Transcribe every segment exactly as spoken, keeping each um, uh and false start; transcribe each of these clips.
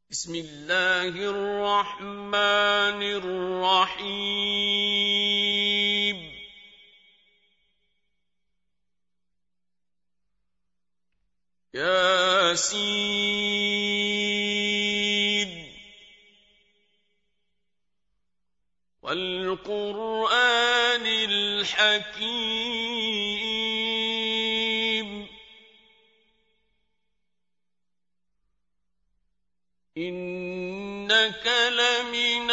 بسم الله الرحمن الرحيم ياسين والقرآن الحكيم إنك لمن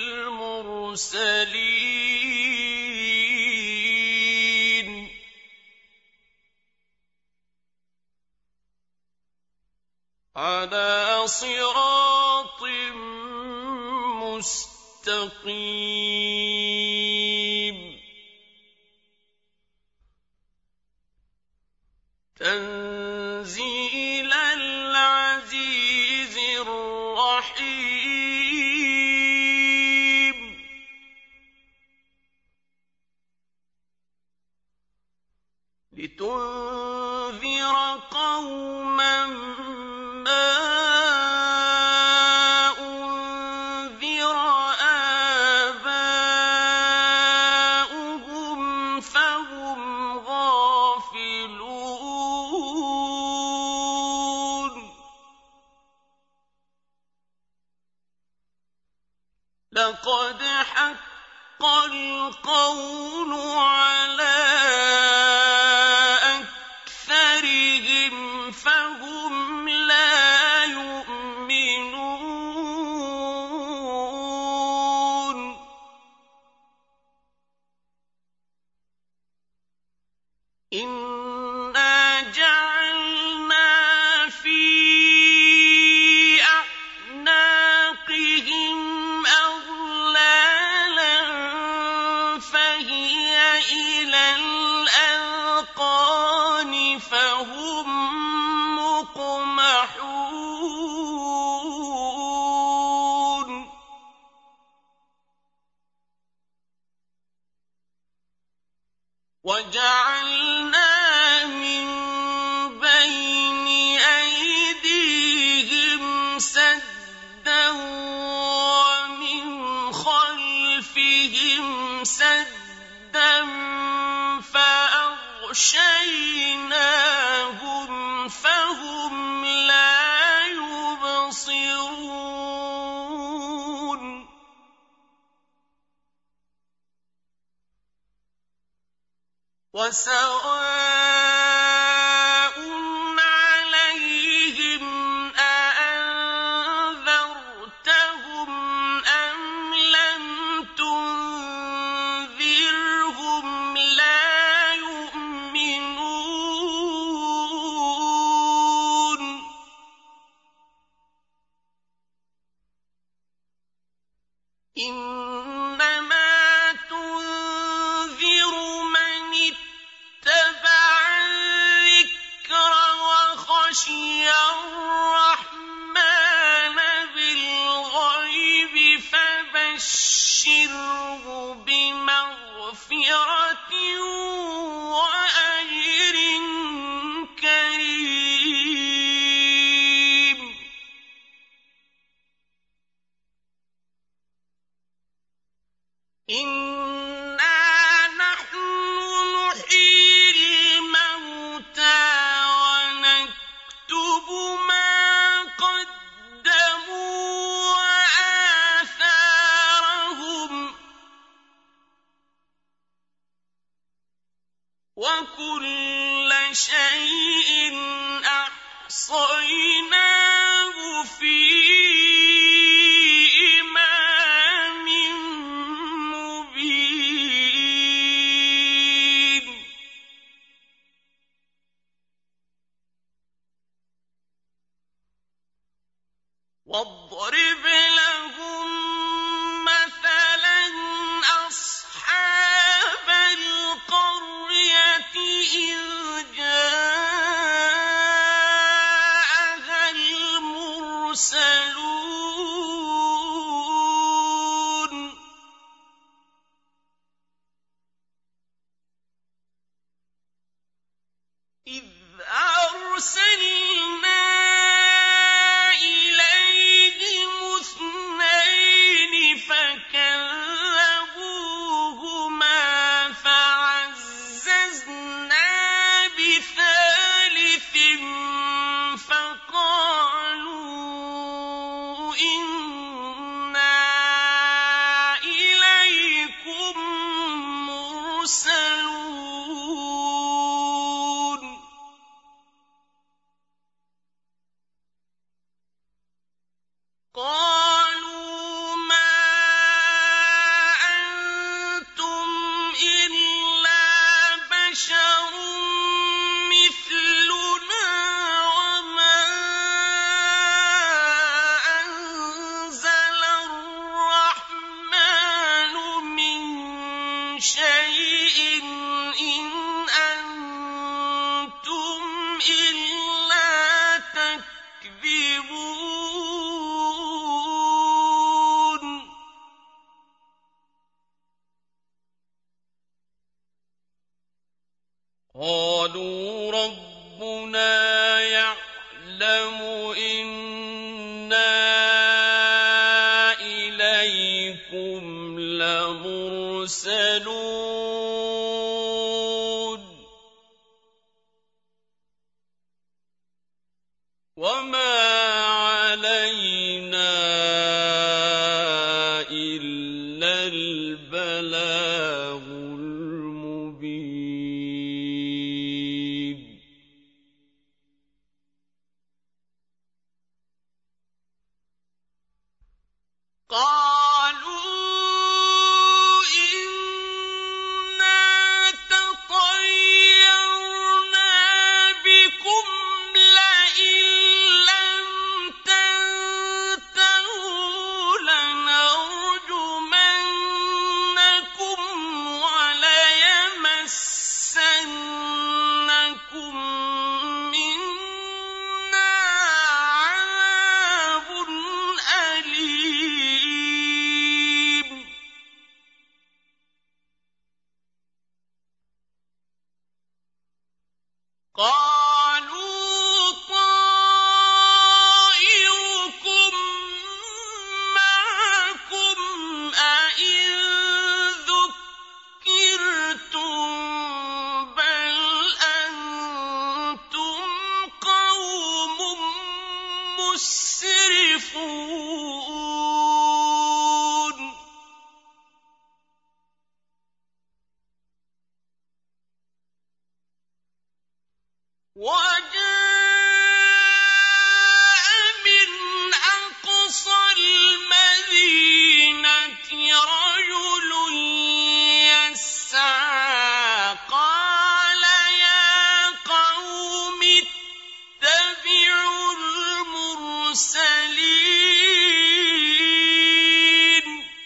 المرسلين على صراط مستقيم تنزيل العزيز الرحيم لتنذر قوما ما أنذر آباؤهم فهم غافلون لقد حق القول على أكثرهم فهم لا يؤمنون إنا جعلنا في أعناقهم أغلالا فهي إلى الأذقان فهم مقمحون وجعلنا من بين أيديهم سدا ومن خلفهم سدا فأغشيناهم فهم لا يبصرون وسواء عليهم أأنذرتهم أم لم تنذرهم لا يؤمنون إنما تنذر من اتبع الذكر وخشي الرحمن بالغيب فبشره بمغفرة وأجر كريم إنا نحن نحيي الموتى ونكتب ما قدموا وآثارهم وكل شيء أحصيناه في إمام مبين واضرب لهم مثلا أصحاب القرية إذ جاءها المرسلون إذ أرسلنا إليهم إِنَّا إِلَيْكُم مُّرْسَلُونَ قَالُوا مَا أَنتُمْ إِلَّا بَشَرٌ مِّثْلُنَا وَمَا أَنزَلَ الرَّحْمَٰنُ مِن شَيْءٍ إِنْ أَنتُمْ إِلَّا تَكْذِبُونَ قَالُوا رَبُّنَا يَعْلَمُ إِنَّا إِلَيْكُمْ لَمُرْسَلُونَ وَمَا عَلَيْنَا إِلَّا الْبَلَاغُ الْمُبِينُ قَالُوا إِنَّا تَطَيَّرْنَا بِكُمْ لَئِن لَّمْ تَنتَهُوا لَنَرْجُمَنَّكُمْ وَلَيَمَسَّنَّكُم مِّنَّا عَذَابٌ أَلِيمٌ قَالُوا طَائِرُكُم مَّعَكُمْ ۚ أَئِن ذُكِّرْتُم بَلْ أَنتُمْ قَوْمٌ مُّسْرِفُونَ وَجَاءَ مِنْ أَقْصَى الْمَدِينَةِ رَجُلٌ يَسْعَىٰ قَالَ يَا قَوْمِ اتَّبِعُوا الْمُرْسَلِينَ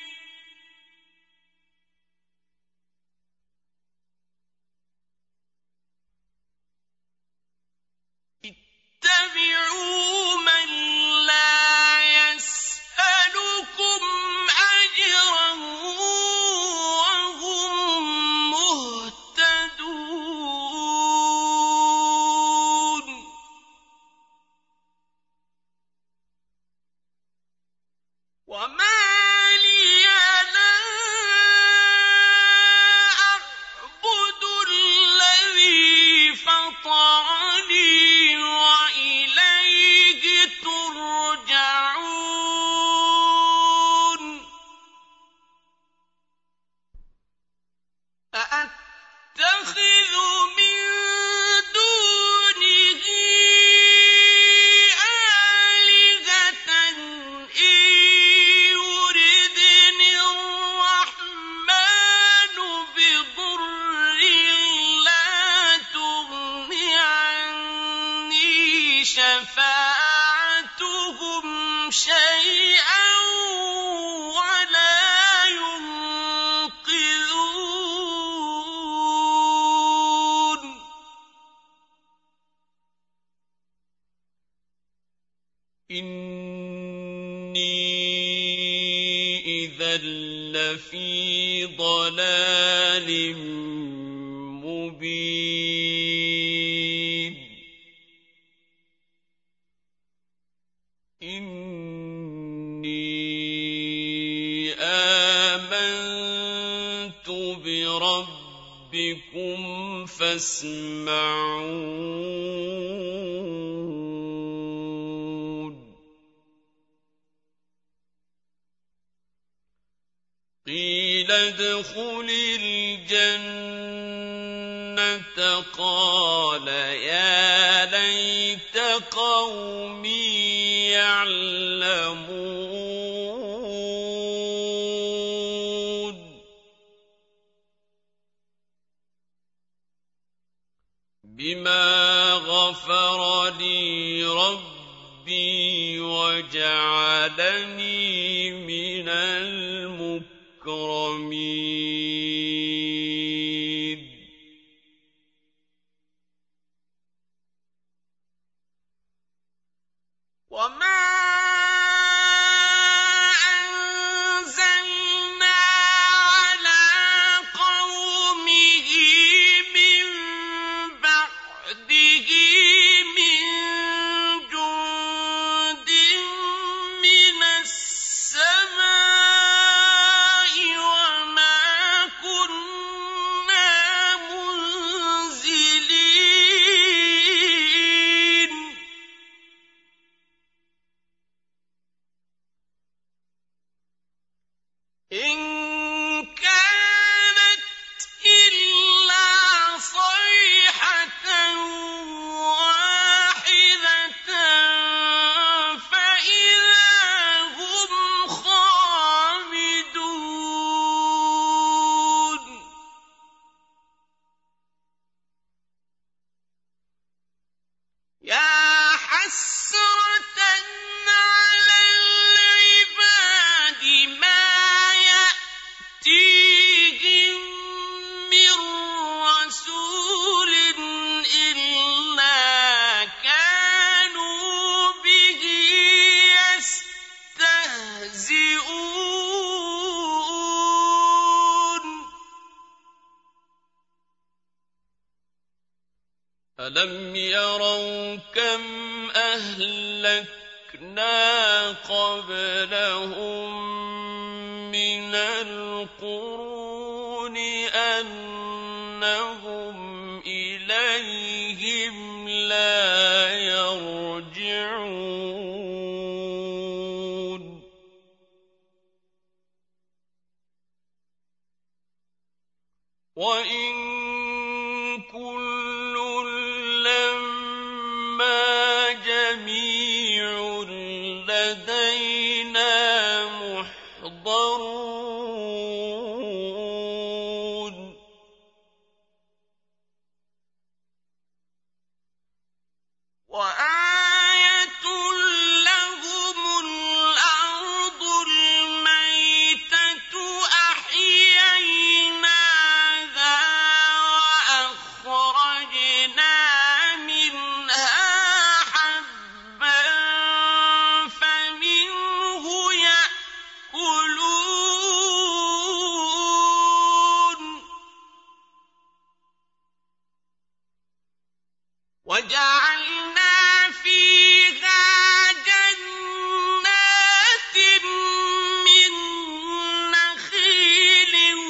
اتَّبِعُوا مَن لَّا يَسْأَلُكُمْ أَجْرًا وَهُم مُّهْتَدُونَ وَمَا لِيَ لَا أَعْبُدُ الَّذِي فَطَرَنِي وَإِلَيْهِ تُرْجَعُونَ أَأَتَّخِذُ مِن دُونِهِ آلِهَةً إِن يُرِدْنِ الرَّحْمَٰنُ بِضُرٍّ لَّا تُغْنِ عَنِّي شَفَاعَتُهُمْ شَيْئًا وَلَا يُنقِذُونَ إِنِّي إِذًا لَّفِي ضَلَالٍ مُّبِينٍ إِنِّي آمَنتُ بِرَبِّكُمْ فَاسْمَعُونِ قيل ادخل الجنة قال يا ليت قومي يعلمون بما غفر لي ربي وجعلني من المكرمين وما ألم يروا كم أهلكنا قبلهم من القرون أنهم إليهم لا يرجعون وإن كل لما جميع لدينا محضرون وآية لهم الأرض الميتة أحييناها وأخرجنا منها حبا فمنه يأكلون وجعلنا فيها جنات من نخيل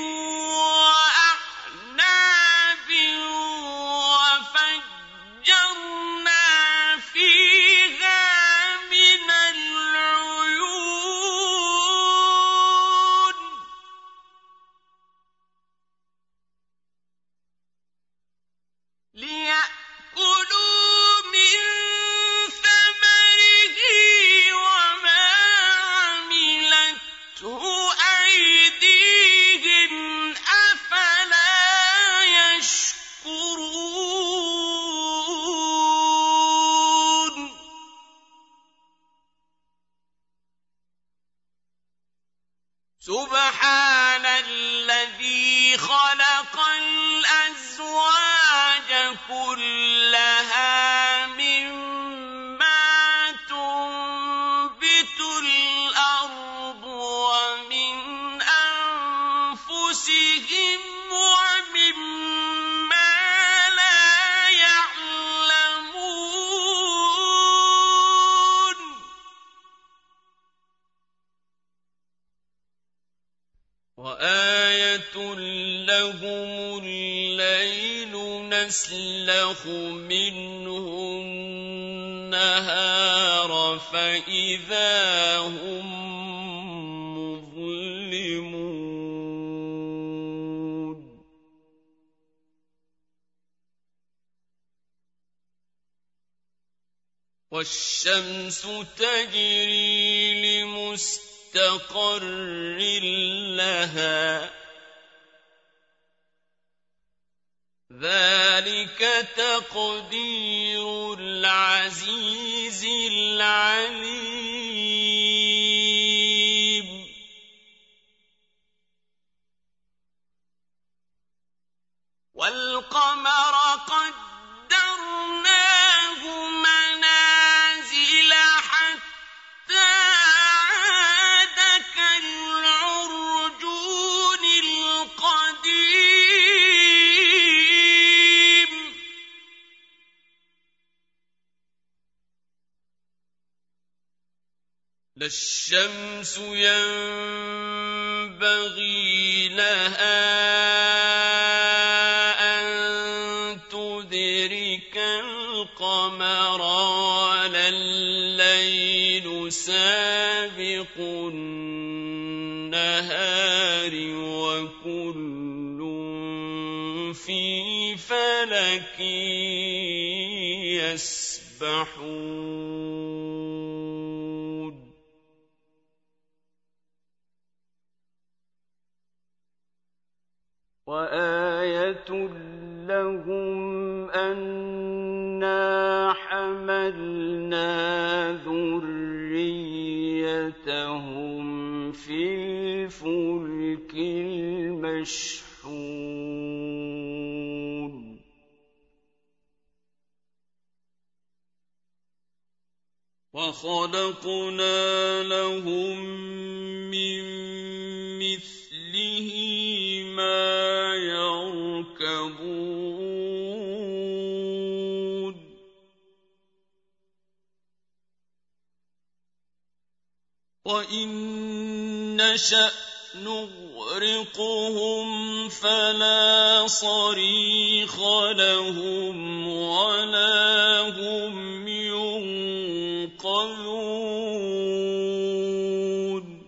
وأعناب وفجرنا فيها من العيون ليأكلوا من ثمره وما عملته أيديهم أفلا يشكرون سبحان الذي خلق الأزواج كلها مما تنبت الأرض ومن أنفسهم ومما لا يعلمون وآية لهم الليل نسلخ منه النهار فإذا هم مظلمون والشمس تجري لمستقر لها ذلك تقدير العزيز العليم والقمر قدرناه منازل حتى عاد كالعرجون القديم لا الشمس ينبغي لها القمر ولا الليل سابق النهار وكل في فلك يسبحون وآية لهم أنا حملنا ذريتهم في الفلك المشحون وخلقنا لهم من مثله ما يركبون وإن نشأ نغرقهم فلا صريخ لهم ولا هم ينقذون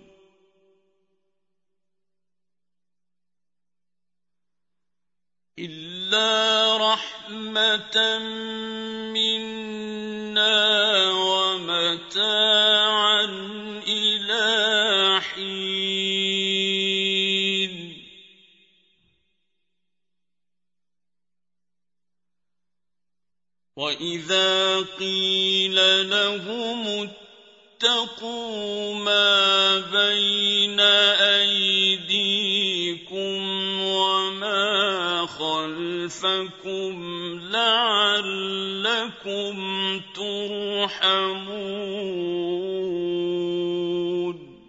إلا رحمة منا ومتاعا إلى حين وإذا قيل لهم اتقوا ما بين أيديكم وما خلفكم لعلكم ترحمون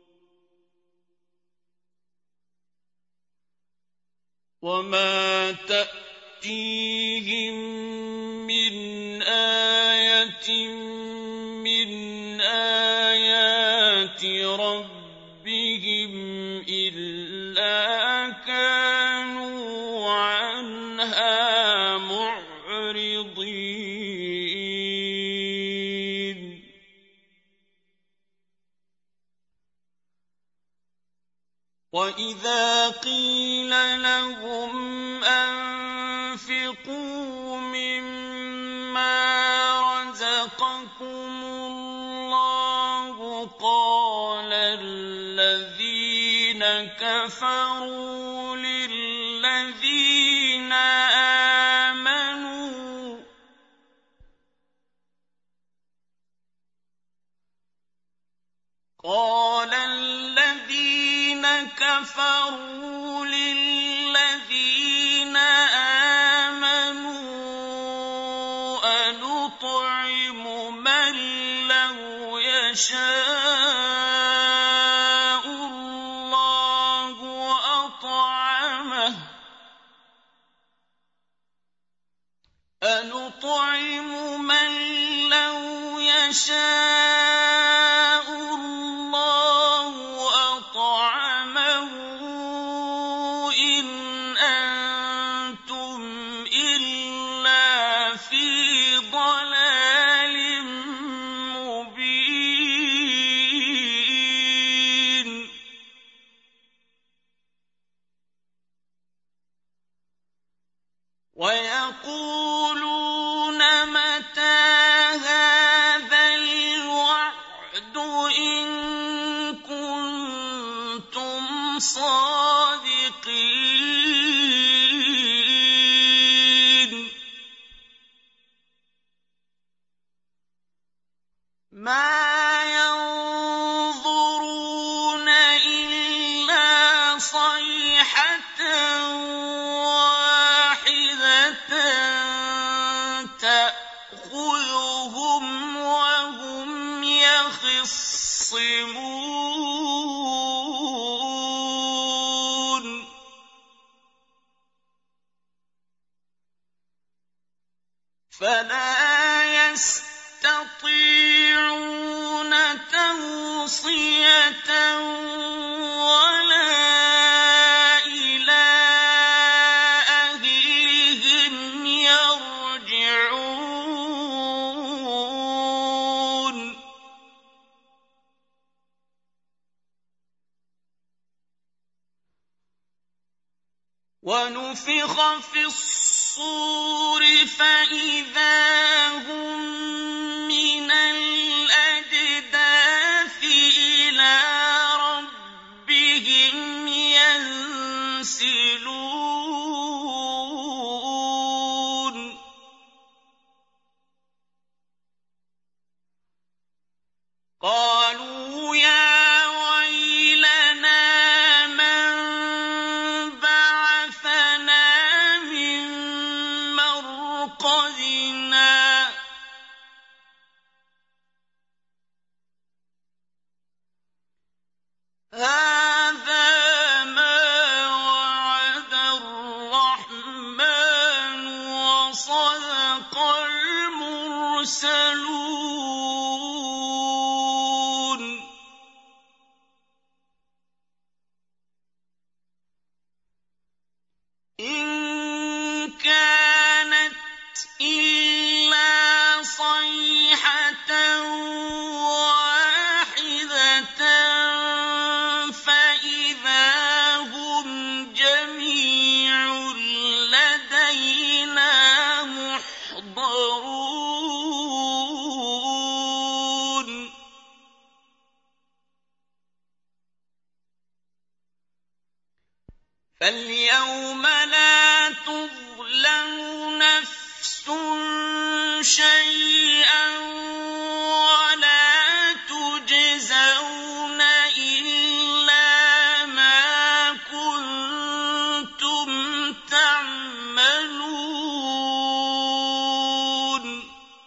وما تأتيهم من آية من آيات ربهم إلا كانوا عنها معرضين وإذا قيل لهم أنفقوا مما رزقكم الله قال الذين كفروا للذين آمنوا قال الذين كفروا للذين آمنوا أنطعم من لو يشاء الله أطعمه أنطعم من لو يشاء الله أطعمه إن أنتم إلا في ضلال مبين ويقولون متى هذا صادقين ما ينظرون إلا صيحة واحدة تأخذهم وهم يخصمون فلا يستطيعون توصية ولا إلى أهلهم يرجعون ونفخ في الصور فإذا هم من الأجداث إلى ربهم ينسلون قالوا يا ويلنا من بعثنا من مرقدنا هذا ما وعد الرحمن وصدق المرسلون إن كانت إلا صيحة واحدة فإذا هم جميع لدينا محضرون فاليوم لا تظلم نفس شيئا ولا تجزون إلا ما كنتم تعملون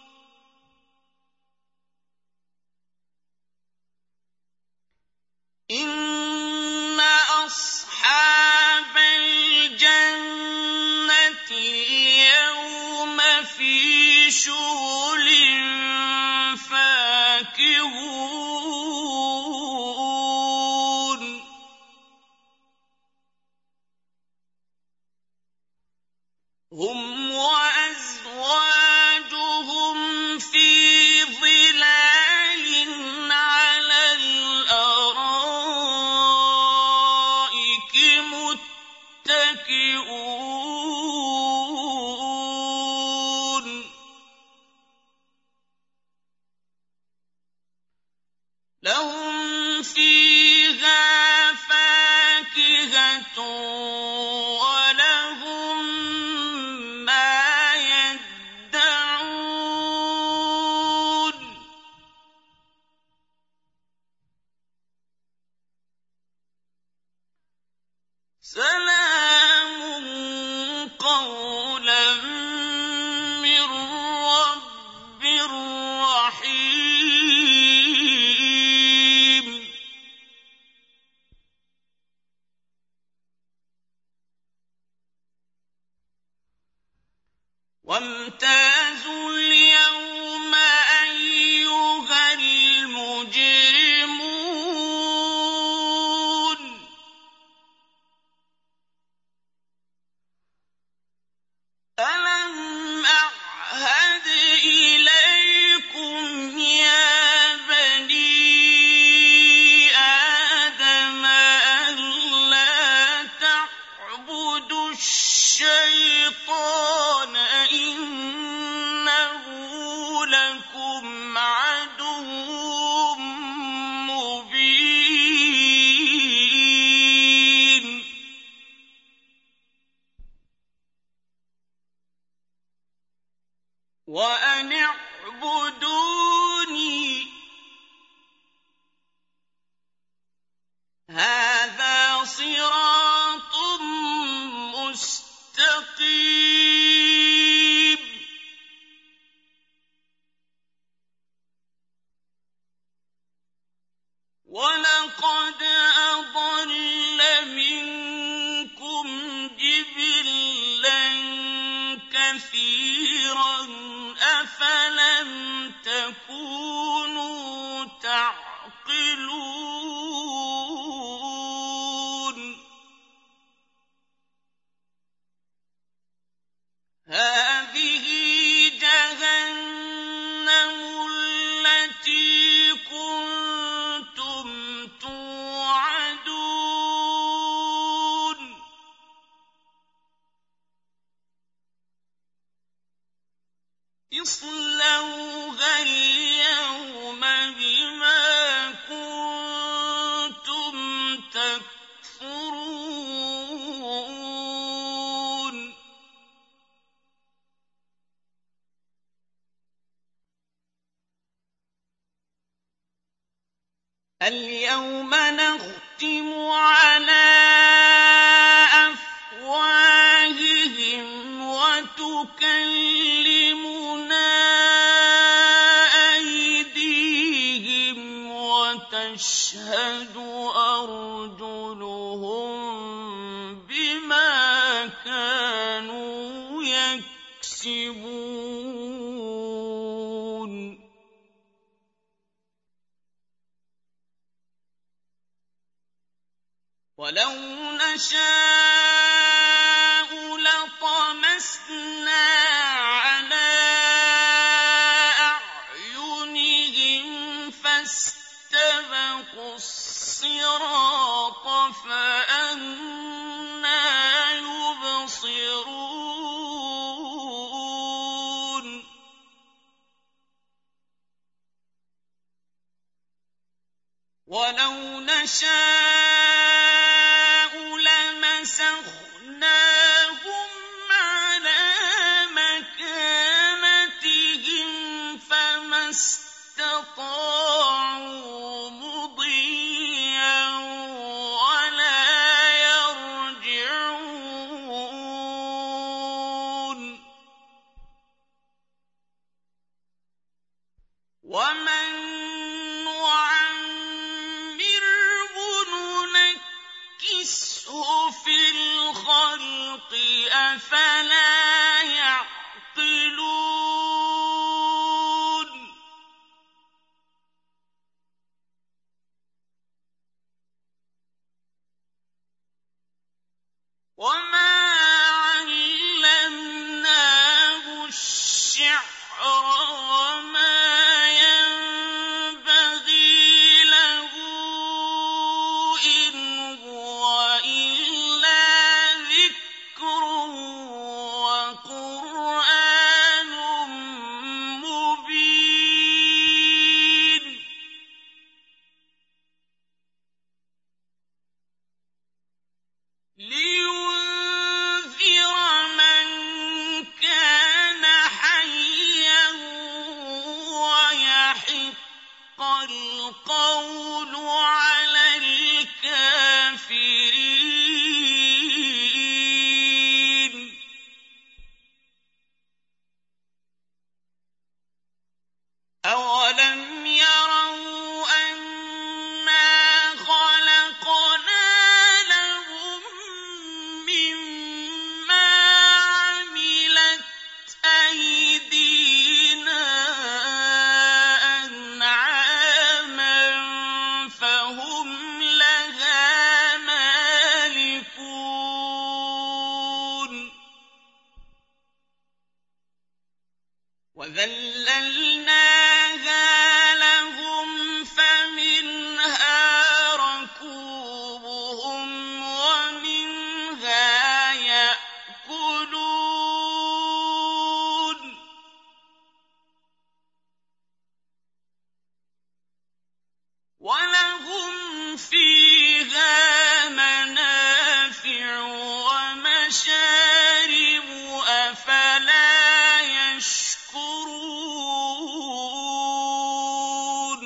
إن أصحاب الجنة اليوم في شغل فاكهون هم وأزواجهم في ظلال على الأرائك متكئون لهم فيها فاكهة ولهم ما يدعون سلام قولا من رب رحيم لَقَدْ أَضَلَّ مِنكُمْ جِبِلًّا كَثِيرًا ۖ أَفَلَمْ تَكُونُوا تَعْقِلُونَ هَٰذِهِ جَهَنَّمُ الَّتِي كُنتُمْ تُوعَدُونَ اصْلَوْهَا الْيَوْمَ بِمَا كُنتُمْ تَكْفُرُونَ الْيَوْمَ نَخْتِمُ عَلَىٰ أَفْوَاهِهِمْ وَتُكَلِّمُنَا أَيْدِيهِمْ وَتَشْهَدُ أَرْجُلُهُم بِمَا كَانُوا يَكْسِبُونَ وَلَوْ نَشَاءُ لَطَمَسْنَا عَلَىٰ أَعْيُنِهِمْ فَاسْتَبَقُوا الصِّرَاطَ فَأَنَّىٰ يُبْصِرُونَ وَلَوْ نَشَاءُ لَمَسَخْنَاهُمْ عَلَىٰ مَكَانَتِهِمْ فَمَا اسْتَطَاعُوا مُضِيًّا وَلَا يَرْجِعُونَ وَمَن نُّعَمِّرْهُ نُنَكِّسْهُ فِي الْخَلْقِ ۖ أَفَلَا يَعْقِلُونَ وَمَا عَلَّمْنَاهُ الشِّعْرَ وَمَا يَنبَغِي لَهُ ۖ إِنْ هُوَ إِلَّا ذِكْرٌ وَقُرْآنٌ مُّبِينٌ لِيُنذِرَ مَن كَانَ حَيًّا وَيَحِقَّ الْقَوْلُ عَلَى الْكَافِرِينَ أَوَلَمْ يَرَوْا أَنَّا خَلَقْنَا لَهُم مِّمَّا عَمِلَتْ أَيْدِينَا أَنْعَامًا فَهُمْ لَهَا مَالِكُونَ وَذَلَّلْنَاهَا لَهُمْ فَمِنْهَا رَكُوبُهُمْ وَمِنْهَا يَأْكُلُونَ وَلَهُمْ فِيهَا مَنَافِعُ وَمَشَارِبُ ۖ أَفَلَا يَشْكُرُونَ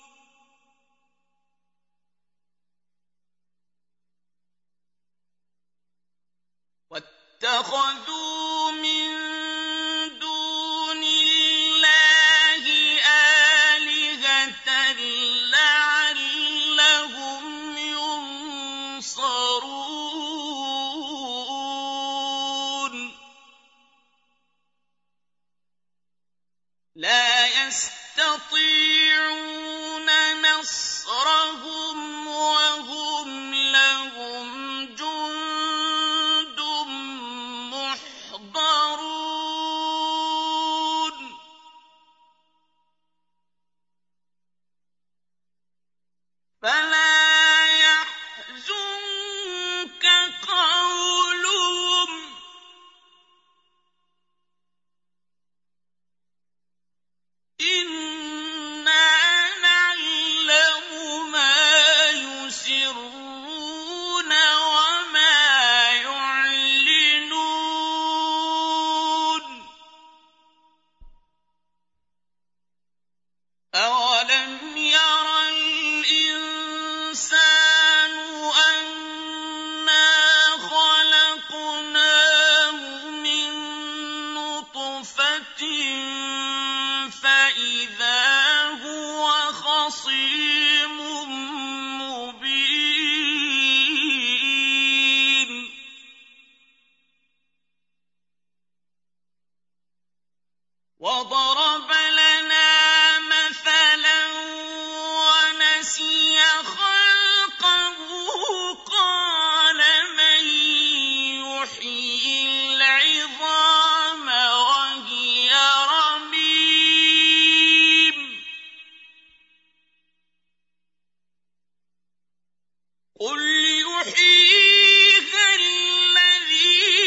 وَاتَّخَذُوا مِن دُونِ اللَّهِ آلِهَةً لَّعَلَّهُمْ يَسْتَطِيعُونَ نَصْرَهُمْ وَهُمْ لَهُمْ جُندٌ مُّحْضَرُونَ فَلَا يَحْزُنكَ قَوْلُهُمْ ۘ إِنَّا نَعْلَمُ مَا يُسِرُّونَ وَمَا يُعْلِنُونَ أَوَلَمْ يَرَ الْإِنسَانُ أَنَّا خَلَقْنَاهُ مِن نُّطْفَةٍ فَإِذَا هُوَ خَصِيمٌ مُّبِينٌ وَضَرَبَ لَنَا مَثَلًا وَنَسِيَ خَلْقَهُ قَالَ مَن يُحْيِي الْعِظَامَ وَهِيَ رَمِيمٌ قُلْ يُحْيِيهَا الَّذِي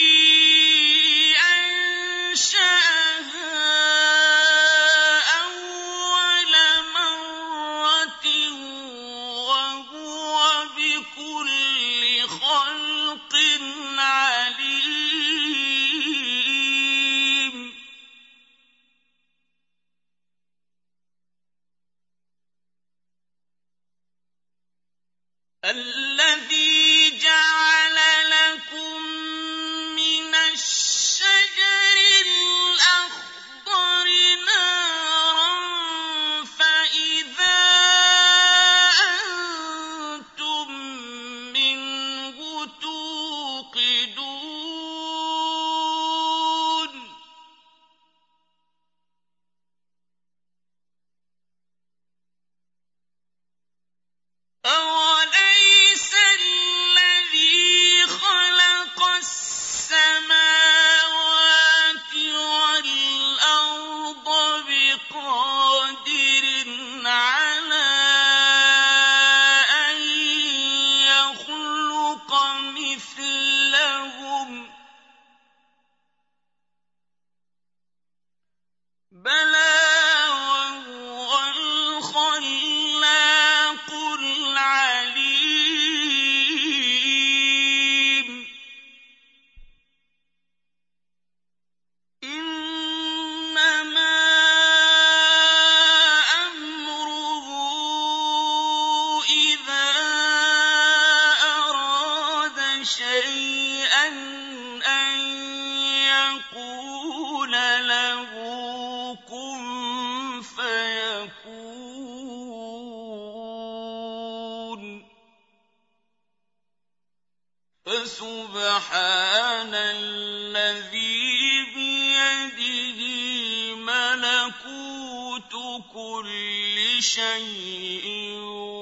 أَنشَأَهَا أَوَّلَ مَرَّةٍ وَهُوَ بِكُلِّ خَلْقٍ عَلِيمٌ الَّذِي جَعَلَ لَكُم مِّنَ الشَّجَرِ الْأَخْضَرِ نَارًا فَإِذَا أَنتُم مِّنْهُ تُوقِدُونَ أَوَلَيْسَ الَّذِي خَلَقَ السَّمَاوَاتِ وَالْأَرْضَ بِقَادِرٍ عَلَىٰ أَن يَخْلُقَ مِثْلَهُم ۚ بَلَىٰ وَهُوَ الْخَلَّاقُ الْعَلِيمُ إِنَّمَا أَمْرُهُ إِذَا أَرَادَ شَيْئًا أَن يَقُولَ لَهُ كُن فَيَكُونُ فَسُبْحَانَ الَّذِي بِيَدِهِ مَلَكُوتُ كُلِّ شَيْءٍ